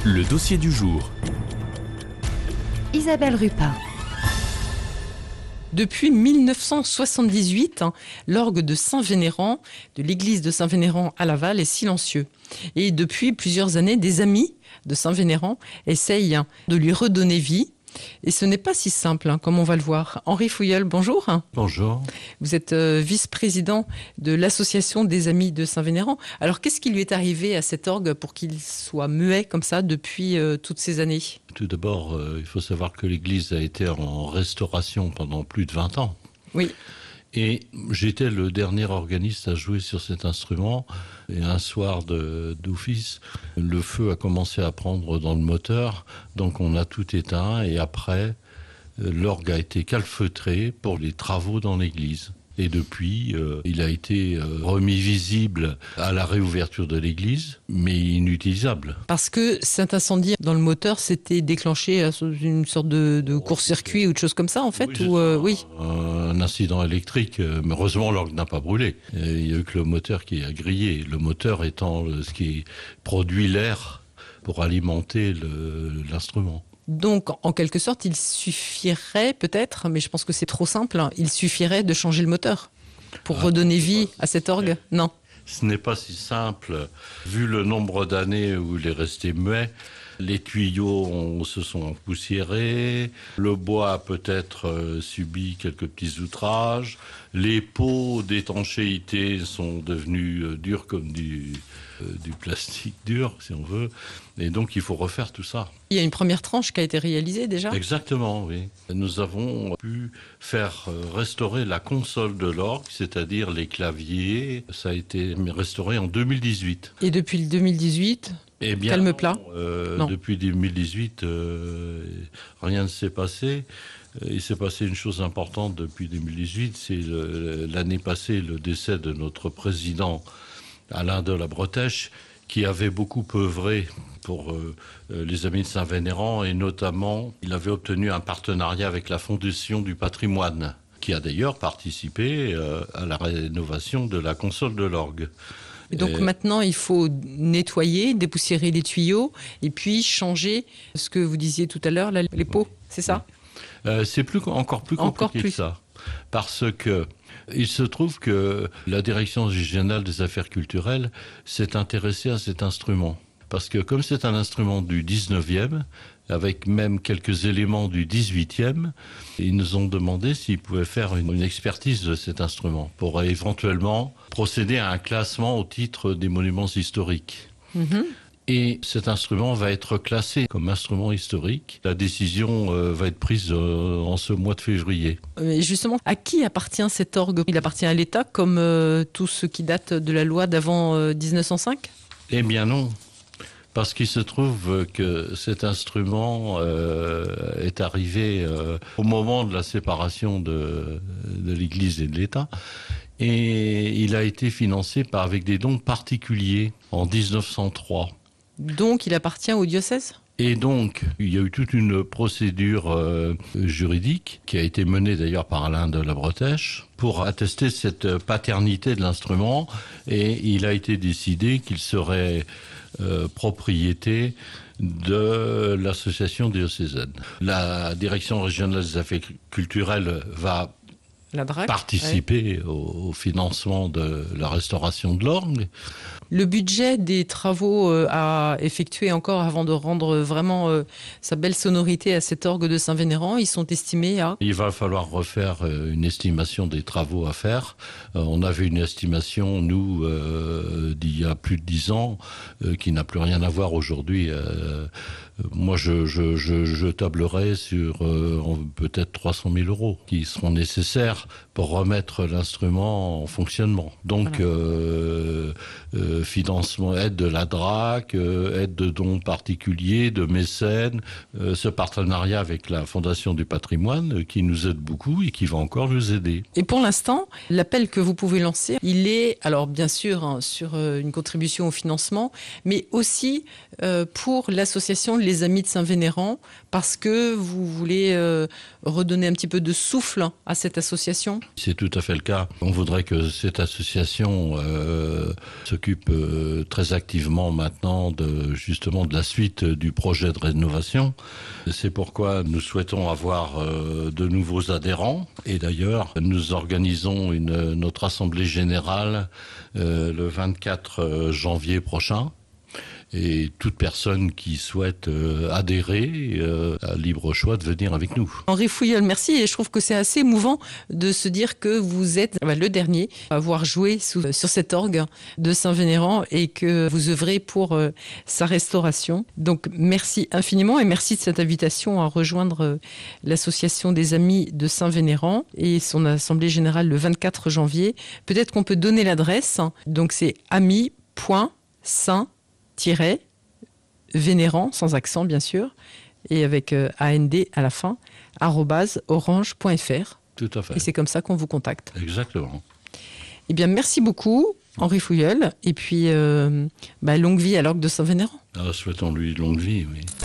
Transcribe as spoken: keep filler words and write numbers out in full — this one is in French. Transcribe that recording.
Le dossier du jour. Isabelle Rupin. Depuis mille neuf cent soixante-dix-huit, hein, l'orgue de Saint-Vénérand, de l'église de Saint-Vénérand à Laval, est silencieux. Et depuis plusieurs années, des amis de Saint-Vénérand essayent hein, de lui redonner vie. Et ce n'est pas si simple, hein, comme on va le voir. Henri Fouilleul, bonjour. Bonjour. Vous êtes euh, vice-président de l'association des Amis de Saint-Vénérand. Alors, qu'est-ce qui lui est arrivé à cet orgue pour qu'il soit muet comme ça depuis euh, toutes ces années ? Tout d'abord, euh, il faut savoir que l'église a été en restauration pendant plus de vingt ans. Oui. Et j'étais le dernier organiste à jouer sur cet instrument. Et un soir de, d'office, le feu a commencé à prendre dans le moteur. Donc on a tout éteint et après, l'orgue a été calfeutré pour les travaux dans l'église. Et depuis, euh, il a été euh, remis visible à la réouverture de l'église, mais inutilisable. Parce que cet incendie dans le moteur s'était déclenché à une sorte de, de court-circuit ou de choses comme ça, en fait Oui, ou, euh, oui. Un incident électrique, mais heureusement l'orgue n'a pas brûlé. Il n'y a eu que le moteur qui a grillé. Le moteur étant ce qui produit l'air pour alimenter le, l'instrument. Donc, en quelque sorte, il suffirait peut-être, mais je pense que c'est trop simple, hein, il suffirait de changer le moteur pour ah, redonner vie à cet orgue. Non. Ce n'est pas si simple. Vu le nombre d'années où il est resté muet, les tuyaux ont, se sont empoussiérés, le bois a peut-être euh, subi quelques petits outrages, les pots d'étanchéité sont devenus euh, durs comme du, euh, du plastique dur, si on veut, et donc il faut refaire tout ça. Il y a une première tranche qui a été réalisée déjà ? Exactement, oui. Nous avons pu faire restaurer la console de l'orgue, c'est-à-dire les claviers. Ça a été restauré en deux mille dix-huit. Et depuis le deux mille dix-huit, eh bien, calme plat euh, non. Depuis deux mille dix-huit, euh, rien ne s'est passé. Il s'est passé une chose importante depuis deux mille dix-huit, c'est le, l'année passée le décès de notre président Alain de la Bretèche, qui avait beaucoup œuvré pour euh, les Amis de Saint-Vénérand et notamment, il avait obtenu un partenariat avec la Fondation du patrimoine, qui a d'ailleurs participé euh, à la rénovation de la console de l'orgue. Et donc et... maintenant, il faut nettoyer, dépoussiérer les tuyaux et puis changer ce que vous disiez tout à l'heure, là, les pots, c'est ça ? euh, C'est plus, encore plus compliqué encore plus. que ça, parce que il se trouve que la Direction régionale des affaires culturelles s'est intéressée à cet instrument. Parce que comme c'est un instrument du dix-neuvième, avec même quelques éléments du dix-huitième, ils nous ont demandé s'ils pouvaient faire une, une expertise de cet instrument pour éventuellement procéder à un classement au titre des monuments historiques. Mmh. Et cet instrument va être classé comme instrument historique. La décision euh, va être prise euh, en ce mois de février. Et justement, à qui appartient cet orgue ? Il appartient à l'État comme euh, tout ce qui date de la loi d'avant euh, dix-neuf cent cinq ? Eh bien non, parce qu'il se trouve que cet instrument euh, est arrivé euh, au moment de la séparation de, de l'Église et de l'État. Et il a été financé par, avec des dons particuliers en dix-neuf cent trois. Donc, il appartient au diocèse ? Et donc, il y a eu toute une procédure euh, juridique qui a été menée d'ailleurs par Alain de la Bretèche pour attester cette paternité de l'instrument. Et il a été décidé qu'il serait euh, propriété de l'association diocésaine. La Direction régionale des affaires culturelles va La D R A C, participer ouais. au, au financement de la restauration de l'orgue. Le budget des travaux euh, à effectuer encore avant de rendre vraiment euh, sa belle sonorité à cet orgue de Saint-Vénérand, ils sont estimés à... Il va falloir refaire euh, une estimation des travaux à faire. Euh, on avait une estimation, nous, euh, d'il y a plus de dix ans, euh, qui n'a plus rien à voir aujourd'hui. Euh, moi, je, je, je, je tablerais sur euh, peut-être trois cent mille euros qui seront nécessaires pour remettre l'instrument en fonctionnement. Donc, voilà. euh, euh, financement, aide de la D R A C, euh, aide de dons particuliers, de mécènes, euh, ce partenariat avec la Fondation du patrimoine euh, qui nous aide beaucoup et qui va encore nous aider. Et pour l'instant, l'appel que vous pouvez lancer, il est, alors bien sûr, hein, sur euh, une contribution au financement, mais aussi euh, pour l'association Les Amis de Saint-Vénérand, parce que vous voulez euh, redonner un petit peu de souffle à cette association. C'est tout à fait le cas. On voudrait que cette association euh, s'occupe euh, très activement maintenant de, justement de la suite du projet de rénovation. C'est pourquoi nous souhaitons avoir euh, de nouveaux adhérents. Et d'ailleurs, nous organisons une, notre assemblée générale euh, le vingt-quatre janvier prochain. Et toute personne qui souhaite euh, adhérer euh, a libre choix de venir avec nous. Henri Fouilleul, merci. Et je trouve que c'est assez émouvant de se dire que vous êtes bah, le dernier à avoir joué sous, sur cet orgue de Saint-Vénérand et que vous œuvrez pour euh, sa restauration. Donc merci infiniment et merci de cette invitation à rejoindre euh, l'association des Amis de Saint-Vénérand et son assemblée générale le vingt-quatre janvier. Peut-être qu'on peut donner l'adresse. Donc c'est amis point saint vénérand, sans accent bien sûr, et avec euh, A N D à la fin, arobase orange point f r. Tout à fait. Et c'est comme ça qu'on vous contacte. Exactement. Eh bien, merci beaucoup, Henri Fouilleul, et puis euh, bah, longue vie à l'orgue de Saint-Vénérand. Ah, souhaitons-lui longue vie, oui.